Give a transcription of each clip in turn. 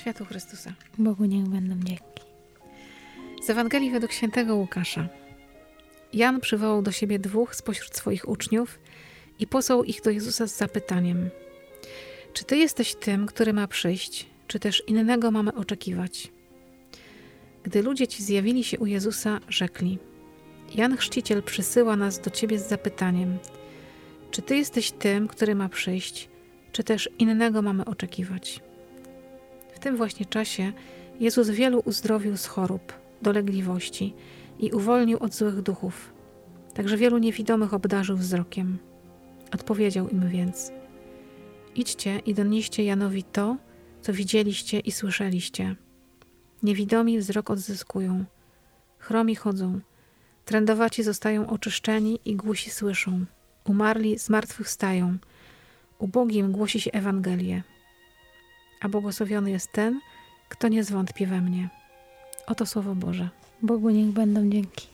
światu Chrystusa. Bogu niech będą dzięki. Z Ewangelii według świętego Łukasza. Jan przywołał do siebie 2 spośród swoich uczniów i posłał ich do Jezusa z zapytaniem: czy Ty jesteś tym, który ma przyjść, czy też innego mamy oczekiwać? Gdy ludzie ci zjawili się u Jezusa, rzekli: Jan Chrzciciel przysyła nas do Ciebie z zapytaniem: czy Ty jesteś tym, który ma przyjść, czy też innego mamy oczekiwać? W tym właśnie czasie Jezus wielu uzdrowił z chorób, dolegliwości i uwolnił od złych duchów. Także wielu niewidomych obdarzył wzrokiem. Odpowiedział im więc: idźcie i donieście Janowi to, co widzieliście i słyszeliście. Niewidomi wzrok odzyskują, chromi chodzą, trędowaci zostają oczyszczeni i głusi słyszą, umarli zmartwychwstają, ubogim głosi się Ewangelię. A błogosławiony jest ten, kto nie zwątpi we mnie. Oto Słowo Boże. Bogu niech będą dzięki.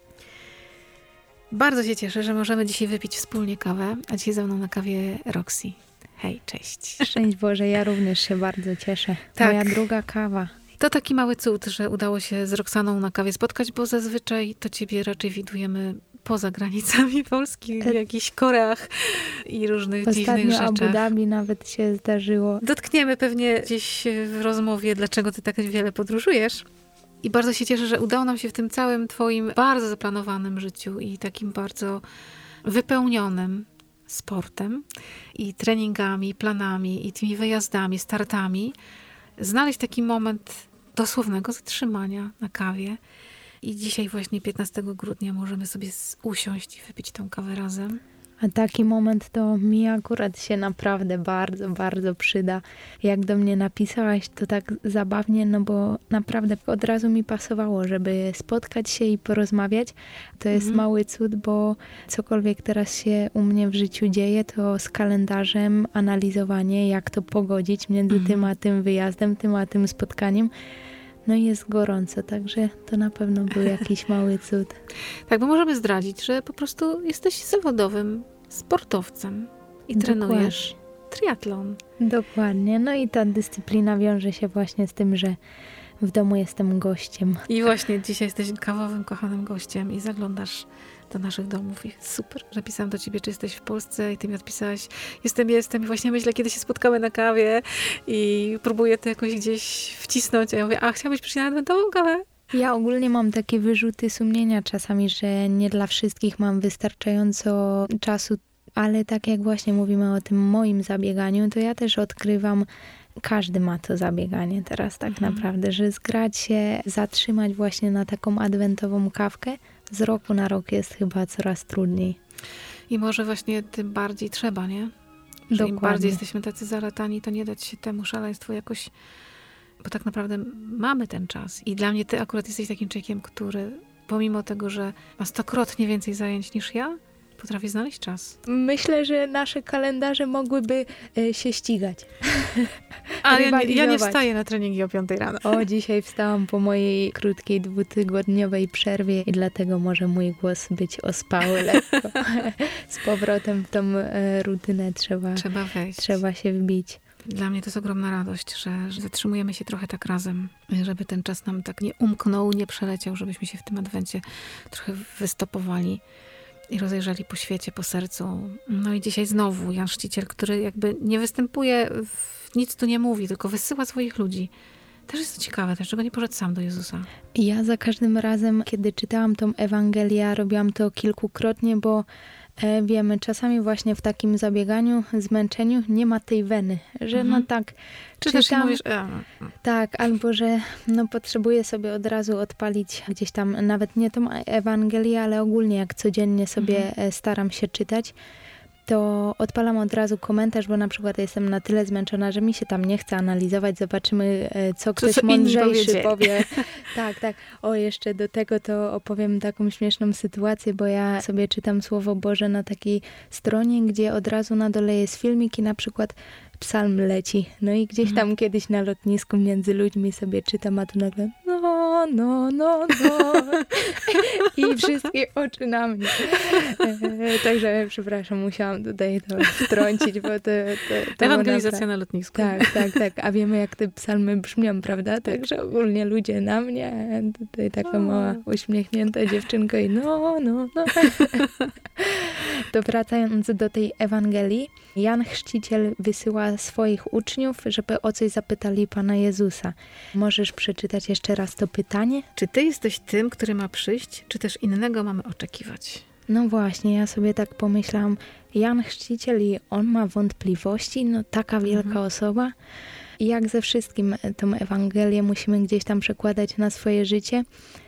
Bardzo się cieszę, że możemy dzisiaj wypić wspólnie kawę, a dzisiaj ze mną na kawie Roxy. Hej, cześć. Szczęść Boże, ja również się bardzo cieszę. Tak. Moja druga kawa. To taki mały cud, że udało się z Roxaną na kawie spotkać, bo zazwyczaj to ciebie raczej widujemy poza granicami Polski, w jakichś Koreach i różnych dziwnych rzeczach. Ostatnio Abu Dhabi nawet się zdarzyło. Dotkniemy pewnie gdzieś w rozmowie, dlaczego ty tak wiele podróżujesz. I bardzo się cieszę, że udało nam się w tym całym twoim bardzo zaplanowanym życiu i takim bardzo wypełnionym sportem i treningami, planami i tymi wyjazdami, startami znaleźć taki moment dosłownego zatrzymania na kawie. I dzisiaj właśnie 15 grudnia możemy sobie usiąść i wypić tą kawę razem. A taki moment to mi akurat się naprawdę bardzo, bardzo przyda. Jak do mnie napisałaś, to tak zabawnie, no bo naprawdę od razu mi pasowało, żeby spotkać się i porozmawiać. To jest mały cud, bo cokolwiek teraz się u mnie w życiu dzieje, to z kalendarzem analizowanie, jak to pogodzić między tym a tym wyjazdem, tym a tym spotkaniem. No i jest gorąco, także to na pewno był jakiś mały cud. Tak, bo możemy zdradzić, że po prostu jesteś zawodowym sportowcem i trenujesz triatlon. Dokładnie. No i ta dyscyplina wiąże się właśnie z tym, że w domu jestem gościem. I właśnie dzisiaj jesteś kawowym, kochanym gościem i zaglądasz do naszych domów. I super, że pisałam do ciebie, czy jesteś w Polsce i ty mi odpisałaś: jestem i właśnie myślę, kiedy się spotkamy na kawie i próbuję to jakoś gdzieś wcisnąć. A ja mówię: a chciałabyś przyjść na adwentową kawę? Ja ogólnie mam takie wyrzuty sumienia czasami, że nie dla wszystkich mam wystarczająco czasu, ale tak jak właśnie mówimy o tym moim zabieganiu, to ja też odkrywam, każdy ma to zabieganie teraz tak naprawdę, że zgrać się, zatrzymać właśnie na taką adwentową kawkę z roku na rok jest chyba coraz trudniej. I może właśnie tym bardziej trzeba, nie? Że Dokładnie. im bardziej jesteśmy tacy zalatani, to nie dać się temu szaleństwu jakoś, bo tak naprawdę mamy ten czas. I dla mnie ty akurat jesteś takim człowiekiem, który pomimo tego, że ma 100-krotnie więcej zajęć niż ja, potrafi znaleźć czas. Myślę, że nasze kalendarze mogłyby się ścigać. A ja nie wstaję na treningi o 5 rano. O, dzisiaj wstałam po mojej krótkiej 2-tygodniowej przerwie i dlatego może mój głos być ospały lekko. Z powrotem w tą rutynę trzeba wejść. Trzeba się wbić. Dla mnie to jest ogromna radość, że zatrzymujemy się trochę tak razem, żeby ten czas nam tak nie umknął, nie przeleciał, żebyśmy się w tym adwencie trochę wystopowali i rozejrzeli po świecie, po sercu. No i dzisiaj znowu Jan Chrzciciel, który jakby nie występuje, nic tu nie mówi, tylko wysyła swoich ludzi. Też jest to ciekawe, dlaczego nie poszedł sam do Jezusa. Ja za każdym razem, kiedy czytałam tą Ewangelię, robiłam to kilkukrotnie, bo wiemy, czasami właśnie w takim zabieganiu, zmęczeniu nie ma tej weny, że no tak czy też mówisz, tak, albo że no potrzebuję sobie od razu odpalić gdzieś tam, nawet nie tą Ewangelię, ale ogólnie jak codziennie sobie staram się czytać, to odpalam od razu komentarz, bo na przykład jestem na tyle zmęczona, że mi się tam nie chce analizować. Zobaczymy, co ktoś mądrzejszy powie. Tak. O, jeszcze do tego to opowiem taką śmieszną sytuację, bo ja sobie czytam Słowo Boże na takiej stronie, gdzie od razu na dole jest filmik i na przykład psalm leci. No i gdzieś tam kiedyś na lotnisku między ludźmi sobie czytam, a tu nagle no. I wszystkie oczy na mnie. Także przepraszam, musiałam tutaj to wtrącić, bo to ewangelizacja na lotnisku. Tak. A wiemy, jak te psalmy brzmią, prawda? Także ogólnie ludzie na mnie, tutaj taka mała uśmiechnięta dziewczynka i no. To wracając do tej Ewangelii, Jan Chrzciciel wysyła swoich uczniów, żeby o coś zapytali Pana Jezusa. Możesz przeczytać jeszcze raz to pytanie? Czy ty jesteś tym, który ma przyjść, czy też innego mamy oczekiwać? No właśnie, ja sobie tak pomyślałam, Jan Chrzciciel i on ma wątpliwości, no taka wielka osoba. I jak ze wszystkim tą Ewangelię musimy gdzieś tam przekładać na swoje życie.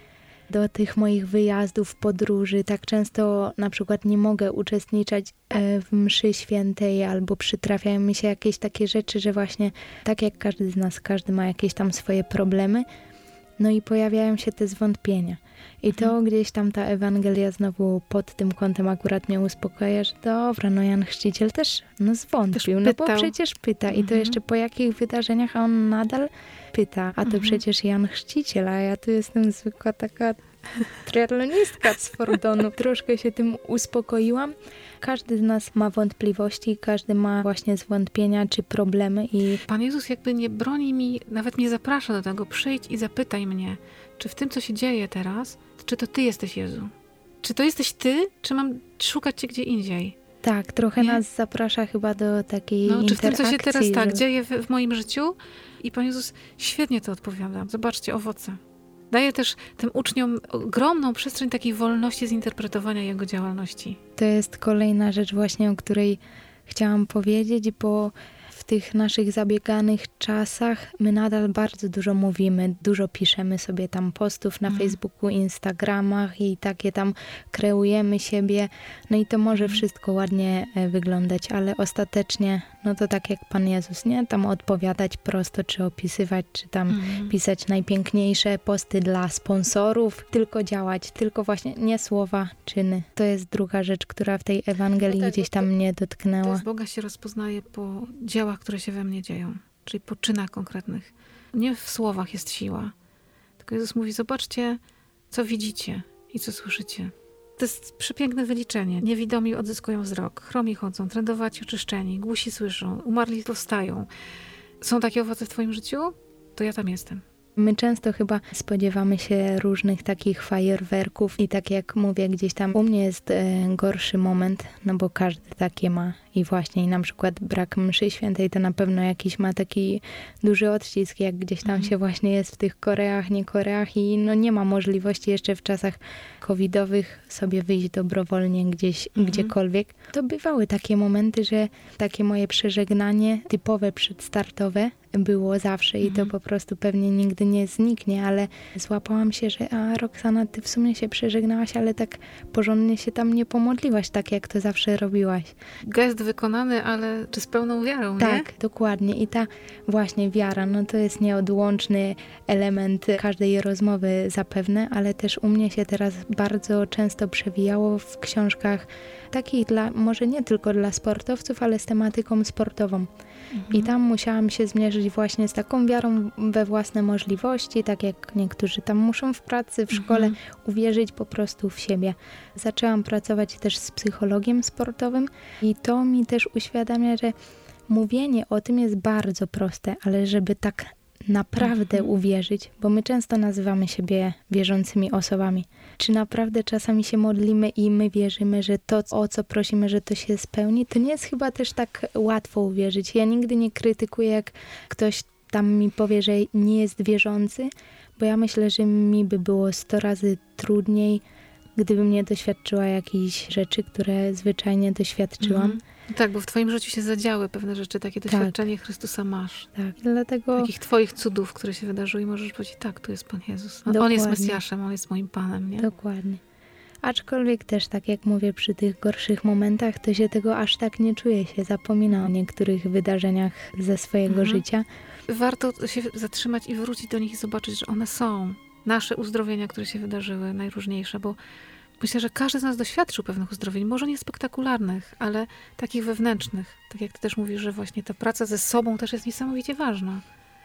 Do tych moich wyjazdów, podróży, tak często na przykład nie mogę uczestniczyć w mszy świętej albo przytrafiają mi się jakieś takie rzeczy, że właśnie tak jak każdy z nas, każdy ma jakieś tam swoje problemy, no i pojawiają się te zwątpienia. I to gdzieś tam ta Ewangelia znowu pod tym kątem akurat mnie uspokaja, że dobra, no Jan Chrzciciel też zwątpił, no bo przecież pyta i to jeszcze po jakich wydarzeniach, a on nadal pyta, a to przecież Jan Chrzciciel, a ja tu jestem zwykła taka triatlonistka z Fordonu. Troszkę się tym uspokoiłam. Każdy z nas ma wątpliwości, każdy ma właśnie zwątpienia czy problemy i Pan Jezus jakby nie broni mi, nawet mnie zaprasza do tego, przyjdź i zapytaj mnie, czy w tym, co się dzieje teraz, czy to ty jesteś Jezu? Czy to jesteś ty, czy mam szukać cię gdzie indziej? tak, trochę nas zaprasza chyba do takiej czy w interakcji. tym, co się teraz że... dzieje w moim życiu? I Pan Jezus świetnie to odpowiada. Zobaczcie, owoce. Daje też tym uczniom ogromną przestrzeń takiej wolności zinterpretowania jego działalności. To jest kolejna rzecz właśnie, o której chciałam powiedzieć, bo w tych naszych zabieganych czasach my nadal bardzo dużo mówimy, dużo piszemy sobie tam postów na Facebooku, Instagramach i takie tam kreujemy siebie. No i to może wszystko ładnie wyglądać, ale ostatecznie, no to tak jak Pan Jezus, nie? Tam odpowiadać prosto, czy opisywać, czy tam pisać najpiękniejsze posty dla sponsorów, tylko działać, tylko właśnie nie słowa, czyny. To jest druga rzecz, która w tej Ewangelii gdzieś tam mnie dotknęła. To z Boga się rozpoznaje po dziełach, które się we mnie dzieją, czyli po czynach konkretnych. Nie w słowach jest siła, tylko Jezus mówi, zobaczcie, co widzicie i co słyszycie. To jest przepiękne wyliczenie. Niewidomi odzyskują wzrok, chromi chodzą, trędowaci oczyszczeni, głusi słyszą, umarli powstają. Są takie owoce w twoim życiu? To ja tam jestem. My często chyba spodziewamy się różnych takich fajerwerków i tak jak mówię, gdzieś tam u mnie jest gorszy moment, no bo każdy takie ma i właśnie na przykład brak mszy świętej to na pewno jakiś ma taki duży odcisk, jak gdzieś tam się właśnie jest w tych Koreach, nie Koreach i no nie ma możliwości jeszcze w czasach covidowych sobie wyjść dobrowolnie gdzieś, gdziekolwiek. To bywały takie momenty, że takie moje przeżegnanie typowe przedstartowe było zawsze i to po prostu pewnie nigdy nie zniknie, ale złapałam się, że Roxana, ty w sumie się przeżegnałaś, ale tak porządnie się tam nie pomodliłaś, tak jak to zawsze robiłaś. Gest wykonany, ale czy z pełną wiarą, nie? Tak, dokładnie. I ta właśnie wiara, no to jest nieodłączny element każdej rozmowy zapewne, ale też u mnie się teraz bardzo często przewijało w książkach takich może nie tylko dla sportowców, ale z tematyką sportową. I tam musiałam się zmierzyć właśnie z taką wiarą we własne możliwości, tak jak niektórzy tam muszą w pracy, w szkole uwierzyć po prostu w siebie. Zaczęłam pracować też z psychologiem sportowym i to mi też uświadamia, że mówienie o tym jest bardzo proste, ale żeby tak naprawdę uwierzyć, bo my często nazywamy siebie wierzącymi osobami. Czy naprawdę czasami się modlimy i my wierzymy, że to, o co prosimy, że to się spełni? To nie jest chyba też tak łatwo uwierzyć. Ja nigdy nie krytykuję, jak ktoś tam mi powie, że nie jest wierzący, bo ja myślę, że mi by było 100 razy trudniej, gdybym nie doświadczyła jakichś rzeczy, które zwyczajnie doświadczyłam. Tak, bo w twoim życiu się zadziały pewne rzeczy, takie doświadczenie Chrystusa masz. Tak, dlatego... Takich twoich cudów, które się wydarzyły i możesz powiedzieć, tak, tu jest Pan Jezus. On jest Mesjaszem, On jest moim Panem, nie? Dokładnie. Aczkolwiek też, tak jak mówię, przy tych gorszych momentach, to się tego aż tak nie czuje, się zapomina o niektórych wydarzeniach ze swojego życia. Warto się zatrzymać i wrócić do nich i zobaczyć, że one są. Nasze uzdrowienia, które się wydarzyły, najróżniejsze, bo myślę, że każdy z nas doświadczył pewnych uzdrowień, może nie spektakularnych, ale takich wewnętrznych. Tak jak ty też mówisz, że właśnie ta praca ze sobą też jest niesamowicie ważna.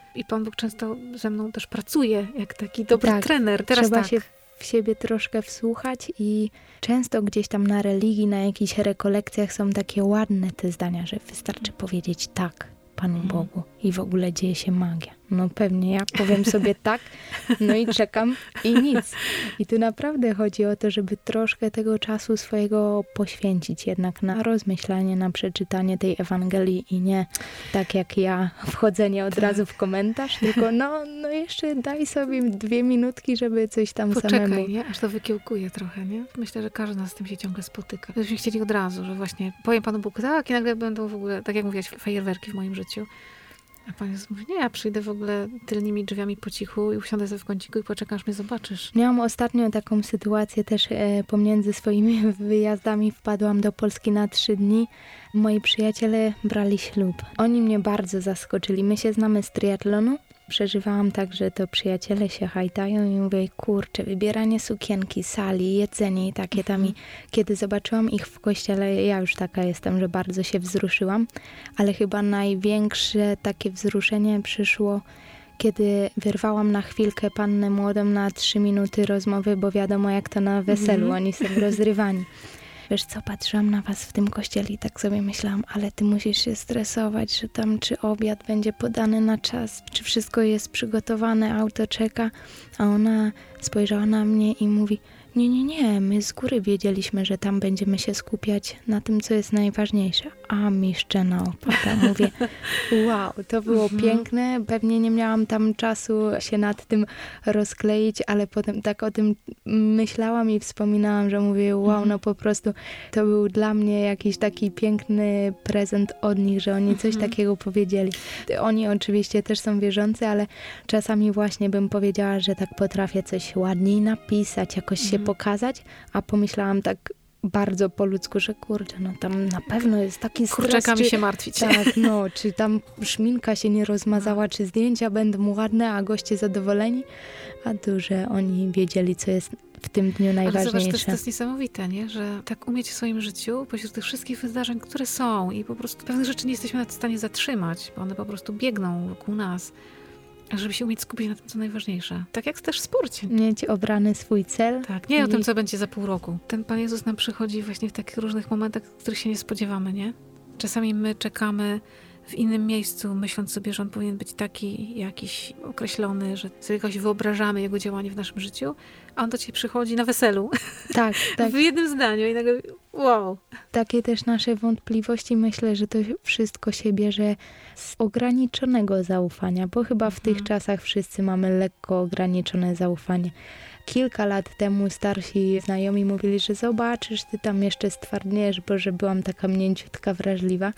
I Pan Bóg często ze mną też pracuje, jak taki dobry trener. Teraz trzeba się w siebie troszkę wsłuchać i często gdzieś tam na religii, na jakichś rekolekcjach są takie ładne te zdania, że wystarczy powiedzieć tak Panu Bogu i w ogóle dzieje się magia. No pewnie, ja powiem sobie tak, no i czekam i nic. I tu naprawdę chodzi o to, żeby troszkę tego czasu swojego poświęcić jednak na rozmyślanie, na przeczytanie tej Ewangelii i nie tak jak ja, wchodzenie od razu w komentarz, tylko no jeszcze daj sobie 2 minutki, żeby coś tam Poczekaj, samemu. nie? Aż to wykiełkuje trochę, nie? Myślę, że każdy z nas z tym się ciągle spotyka. Gdybyśmy chcieli od razu, że właśnie powiem Panu Bogu tak i nagle będą w ogóle, tak jak mówiłaś, fajerwerki w moim życiu. A Pan Jezus mówi, nie, ja przyjdę w ogóle tylnymi drzwiami po cichu i usiądę sobie w kąciku i poczekasz, mnie zobaczysz. Miałam ostatnio taką sytuację też pomiędzy swoimi wyjazdami. Wpadłam do Polski na 3 dni. Moi przyjaciele brali ślub. Oni mnie bardzo zaskoczyli. My się znamy z triatlonu. Przeżywałam tak, że to przyjaciele się hajtają i mówię, kurczę, wybieranie sukienki, sali, jedzenie i takie tam. I kiedy zobaczyłam ich w kościele, ja już taka jestem, że bardzo się wzruszyłam, ale chyba największe takie wzruszenie przyszło, kiedy wyrwałam na chwilkę pannę młodą na 3 minuty rozmowy, bo wiadomo jak to na weselu, oni są rozrywani. Wiesz co, patrzyłam na was w tym kościele i tak sobie myślałam, ale ty musisz się stresować, że tam czy obiad będzie podany na czas, czy wszystko jest przygotowane, auto czeka. A ona spojrzała na mnie i mówi, nie, my z góry wiedzieliśmy, że tam będziemy się skupiać na tym, co jest najważniejsze. A mi szczena opada. Mówię, wow, to było piękne. Pewnie nie miałam tam czasu się nad tym rozkleić, ale potem tak o tym myślałam i wspominałam, że mówię, wow, no po prostu to był dla mnie jakiś taki piękny prezent od nich, że oni coś takiego powiedzieli. Oni oczywiście też są wierzący, ale czasami właśnie bym powiedziała, że tak potrafię coś ładniej napisać, jakoś się pokazać, a pomyślałam tak bardzo po ludzku, że kurczę, no tam na pewno jest taki stres. Kurczakami się martwić. Tak, no, czy tam szminka się nie rozmazała, czy zdjęcia będą ładne, a goście zadowoleni, a tu, że oni wiedzieli, co jest w tym dniu najważniejsze. Ale zobacz, to jest niesamowite, nie? Że tak umieć w swoim życiu, pośród tych wszystkich wydarzeń, które są i po prostu pewnych rzeczy nie jesteśmy w stanie zatrzymać, bo one po prostu biegną wokół nas. Żeby się umieć skupić na tym, co najważniejsze. Tak jak też w sporcie. Mieć obrany swój cel. Tak, nie o tym, co będzie za pół roku. Ten Pan Jezus nam przychodzi właśnie w takich różnych momentach, których się nie spodziewamy, nie? Czasami my czekamy w innym miejscu, myśląc sobie, że on powinien być taki jakiś określony, że sobie jakoś wyobrażamy jego działanie w naszym życiu, a on do ciebie przychodzi na weselu. Tak, tak. W jednym zdaniu i nagle wow. Takie też nasze wątpliwości, myślę, że to wszystko się bierze z ograniczonego zaufania, bo chyba w tych czasach wszyscy mamy lekko ograniczone zaufanie. Kilka lat temu starsi znajomi mówili, że zobaczysz, ty tam jeszcze stwardniesz, bo że byłam taka mięciutka, wrażliwa.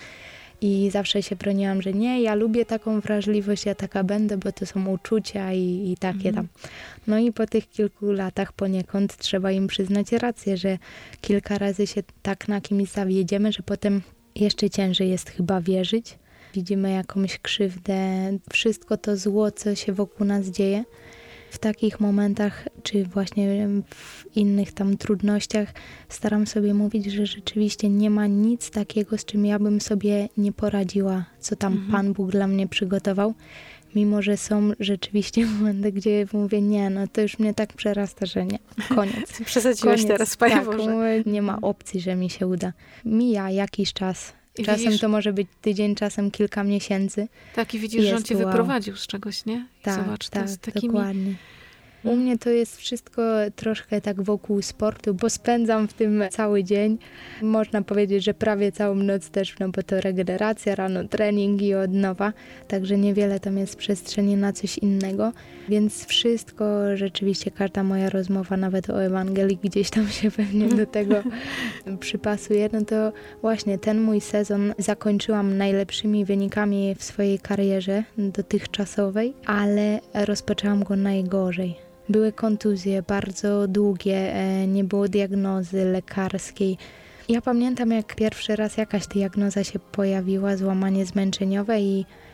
I zawsze się broniłam, że nie, ja lubię taką wrażliwość, ja taka będę, bo to są uczucia i takie tam. No i po tych kilku latach poniekąd trzeba im przyznać rację, że kilka razy się tak na kimś zawiedziemy, że potem jeszcze ciężej jest chyba wierzyć. Widzimy jakąś krzywdę, wszystko to zło, co się wokół nas dzieje. W takich momentach, czy właśnie w innych tam trudnościach staram sobie mówić, że rzeczywiście nie ma nic takiego, z czym ja bym sobie nie poradziła, co tam Pan Bóg dla mnie przygotował. Mimo że są rzeczywiście momenty, gdzie mówię, nie, no to już mnie tak przerasta, że nie, koniec. Przesadziłaś teraz, Panie tak, Boże. Nie ma opcji, że mi się uda. Mija jakiś czas. Czasem widzisz, to może być tydzień, czasem kilka miesięcy. Tak, i widzisz, że on cię wow. wyprowadził z czegoś, nie? I tak, zobacz, to tak, jest takimi... dokładnie. U mnie to jest wszystko troszkę tak wokół sportu, bo spędzam w tym cały dzień. Można powiedzieć, że prawie całą noc też, no bo to regeneracja, rano trening i od nowa. Także niewiele tam jest przestrzeni na coś innego. Więc wszystko, rzeczywiście każda moja rozmowa, nawet o Ewangelii, gdzieś tam się pewnie do tego przypasuje. No to właśnie ten mój sezon zakończyłam najlepszymi wynikami w swojej karierze dotychczasowej, ale rozpoczęłam go najgorzej. Były kontuzje bardzo długie, nie było diagnozy lekarskiej. Ja pamiętam, jak pierwszy raz jakaś diagnoza się pojawiła, złamanie zmęczeniowe i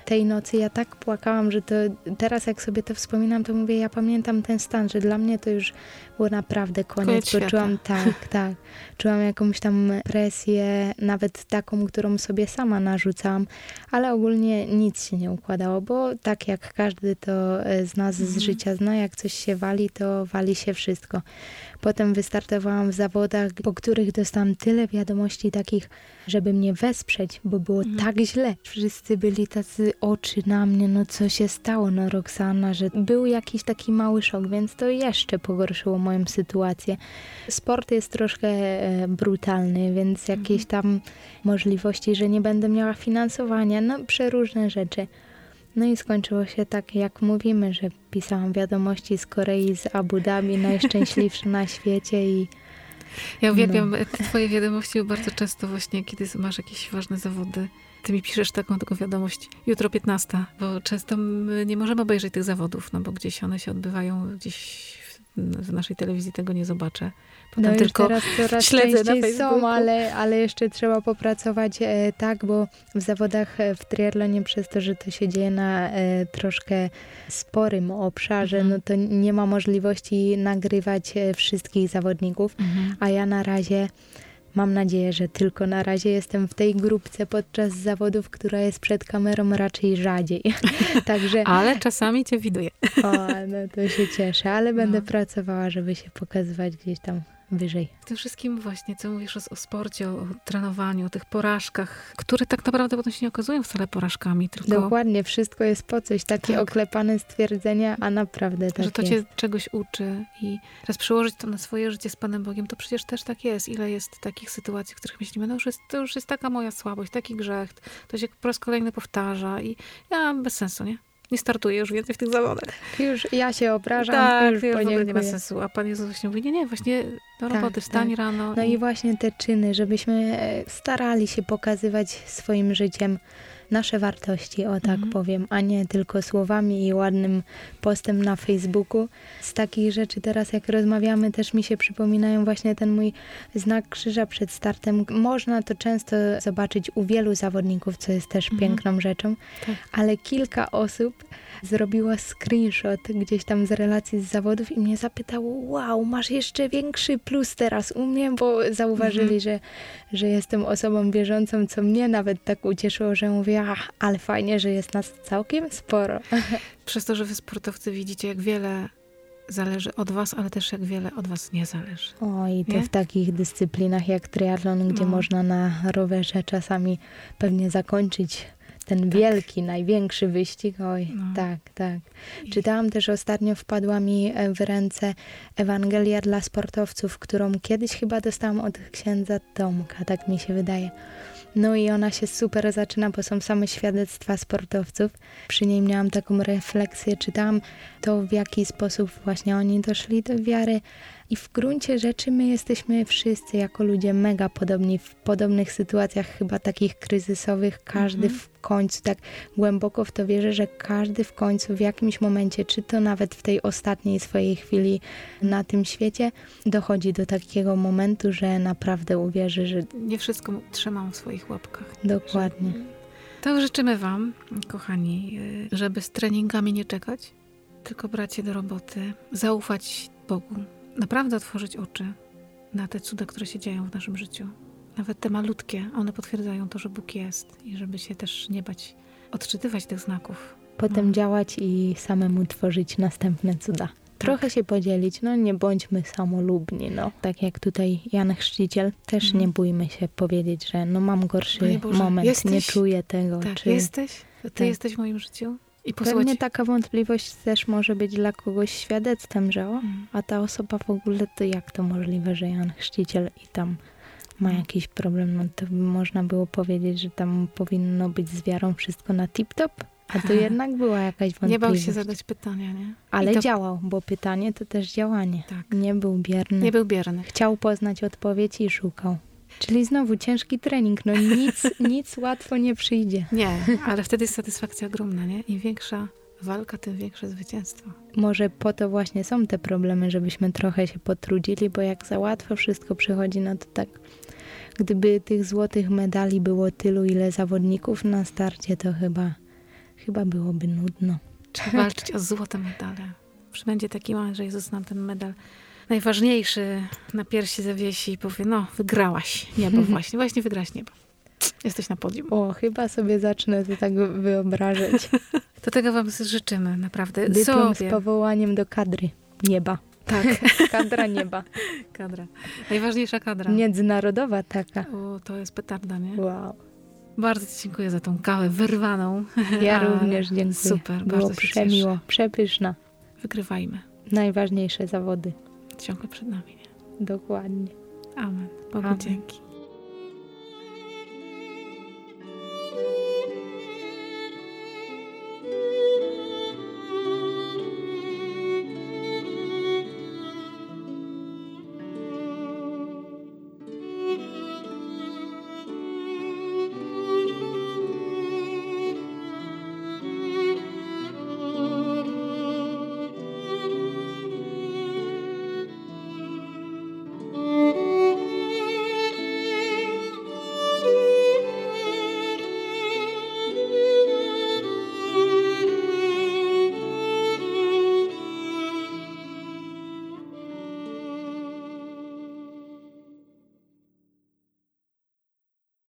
tej nocy ja tak płakałam, że to teraz jak sobie to wspominam, to mówię, ja pamiętam ten stan, że dla mnie to już było naprawdę koniec, bo czułam, tak, czułam jakąś tam presję, nawet taką, którą sobie sama narzucałam, ale ogólnie nic się nie układało, bo tak jak każdy to z nas z życia zna, jak coś się wali, to wali się wszystko. Potem wystartowałam w zawodach, po których dostałam tyle wiadomości takich, żeby mnie wesprzeć, bo było tak źle. Wszyscy byli tacy oczy na mnie, no co się stało, no Roxana, że był jakiś taki mały szok, więc to jeszcze pogorszyło moją sytuację. Sport jest troszkę brutalny, więc jakieś tam możliwości, że nie będę miała finansowania, no przeróżne rzeczy. No i skończyło się tak, jak mówimy, że pisałam wiadomości z Korei, z Abu Dhabi, najszczęśliwsza na świecie i... Ja uwielbiam twoje wiadomości bardzo często właśnie, kiedy masz jakieś ważne zawody. Ty mi piszesz taką tylko wiadomość, jutro 15, bo często my nie możemy obejrzeć tych zawodów, no bo gdzieś one się odbywają, gdzieś w naszej telewizji tego nie zobaczę. Potem no tylko teraz coraz śledzę na częściej Facebooku. są, ale jeszcze trzeba popracować tak, bo w zawodach w triatlonie przez to, że to się dzieje na troszkę sporym obszarze, no to nie ma możliwości nagrywać wszystkich zawodników, a ja na razie mam nadzieję, że tylko na razie jestem w tej grupce podczas zawodów, która jest przed kamerą raczej rzadziej. Także... Ale czasami cię widuję. O, no to się cieszę, ale będę pracowała, żeby się pokazywać gdzieś tam wyżej. W tym wszystkim właśnie, co mówisz o sporcie, o trenowaniu, o tych porażkach, które tak naprawdę potem się nie okazują wcale porażkami, tylko... Dokładnie, wszystko jest po coś, takie oklepane stwierdzenia, a naprawdę tak że to jest. cię czegoś uczy i teraz przełożyć to na swoje życie z Panem Bogiem, to przecież też tak jest. Ile jest takich sytuacji, w których myślimy, no to już jest taka moja słabość, taki grzech, to się po raz kolejny powtarza i ja bez sensu, nie? Nie startuję już więcej w tych zawodach. Już ja się obrażam, tak, już w ogóle nie ma podziękuję. sensu. A Pan Jezus właśnie mówi, nie, właśnie do roboty, wstań rano. No i właśnie te czyny, żebyśmy starali się pokazywać swoim życiem nasze wartości, o tak powiem, a nie tylko słowami i ładnym postem na Facebooku. Z takich rzeczy teraz jak rozmawiamy, też mi się przypominają właśnie ten mój znak krzyża przed startem. Można to często zobaczyć u wielu zawodników, co jest też piękną rzeczą, ale kilka osób zrobiło screenshot gdzieś tam z relacji z zawodów i mnie zapytało, wow, masz jeszcze większy plus teraz u mnie, bo zauważyli, że jestem osobą wierzącą, co mnie nawet tak ucieszyło, że mówię, ale fajnie, że jest nas całkiem sporo. Przez to, że wy sportowcy widzicie, jak wiele zależy od was, ale też jak wiele od was nie zależy. Oj, to nie? w takich dyscyplinach jak triatlon, gdzie można na rowerze czasami pewnie zakończyć ten wielki, największy wyścig. Oj, tak. Czytałam też ostatnio, wpadła mi w ręce Ewangelia dla sportowców, którą kiedyś chyba dostałam od księdza Tomka, tak mi się wydaje. No i ona się super zaczyna, bo są same świadectwa sportowców. Przy niej miałam taką refleksję, czytałam to, w jaki sposób właśnie oni doszli do wiary. I w gruncie rzeczy my jesteśmy wszyscy jako ludzie mega podobni w podobnych sytuacjach, chyba takich kryzysowych. Każdy w końcu, tak głęboko w to wierzę, że każdy w końcu w jakimś momencie, czy to nawet w tej ostatniej swojej chwili na tym świecie, dochodzi do takiego momentu, że naprawdę uwierzy, że... Nie wszystko trzymam w swoich łapkach. Dokładnie. To życzymy wam, kochani, żeby z treningami nie czekać, tylko brać się do roboty, zaufać Bogu. Naprawdę otworzyć oczy na te cuda, które się dzieją w naszym życiu. Nawet te malutkie, one potwierdzają to, że Bóg jest i żeby się też nie bać odczytywać tych znaków. Potem działać i samemu tworzyć następne cuda. Trochę się podzielić, nie bądźmy samolubni, tak jak tutaj Jan Chrzciciel, też nie bójmy się powiedzieć, że mam gorszy moment, nie czuję tego. Tak, jesteś? Ty jesteś w moim życiu? I pewnie taka wątpliwość też może być dla kogoś świadectwem, że a ta osoba w ogóle, to jak to możliwe, że Jan Chrzciciel i tam ma jakiś problem, to by można było powiedzieć, że tam powinno być z wiarą wszystko na tip-top, a to jednak była jakaś wątpliwość. Nie bał się zadać pytania, nie? Ale działał, bo pytanie to też działanie. Tak. Nie był bierny. Nie był bierny. Chciał poznać odpowiedź i szukał. Czyli znowu ciężki trening, nic łatwo nie przyjdzie. Nie, ale wtedy jest satysfakcja ogromna, nie? Im większa walka, tym większe zwycięstwo. Może po to właśnie są te problemy, żebyśmy trochę się potrudzili, bo jak za łatwo wszystko przychodzi, to tak, gdyby tych złotych medali było tylu, ile zawodników na starcie, to chyba chyba byłoby nudno. Trzeba walczyć o złote medale. Przybędzie taki moment, że Jezus nam ten medal najważniejszy na piersi zawiesi i powie, no wygrałaś niebo właśnie. Właśnie wygrałaś niebo. Jesteś na podium. O, chyba sobie zacznę to tak wyobrażać. To tego wam życzymy, naprawdę. Dyplom z powołaniem do kadry nieba. Tak. Kadra nieba. Kadra. Najważniejsza kadra. Międzynarodowa taka. O, to jest petarda, nie? Wow. Bardzo ci dziękuję za tą kawę wyrwaną. Ja również dziękuję. Super, było bardzo się przemiło, cieszę. przepyszna. Wygrywajmy. Najważniejsze zawody. Ciągle przed nami, nie? Dokładnie. Amen. Bogu Amen. dzięki.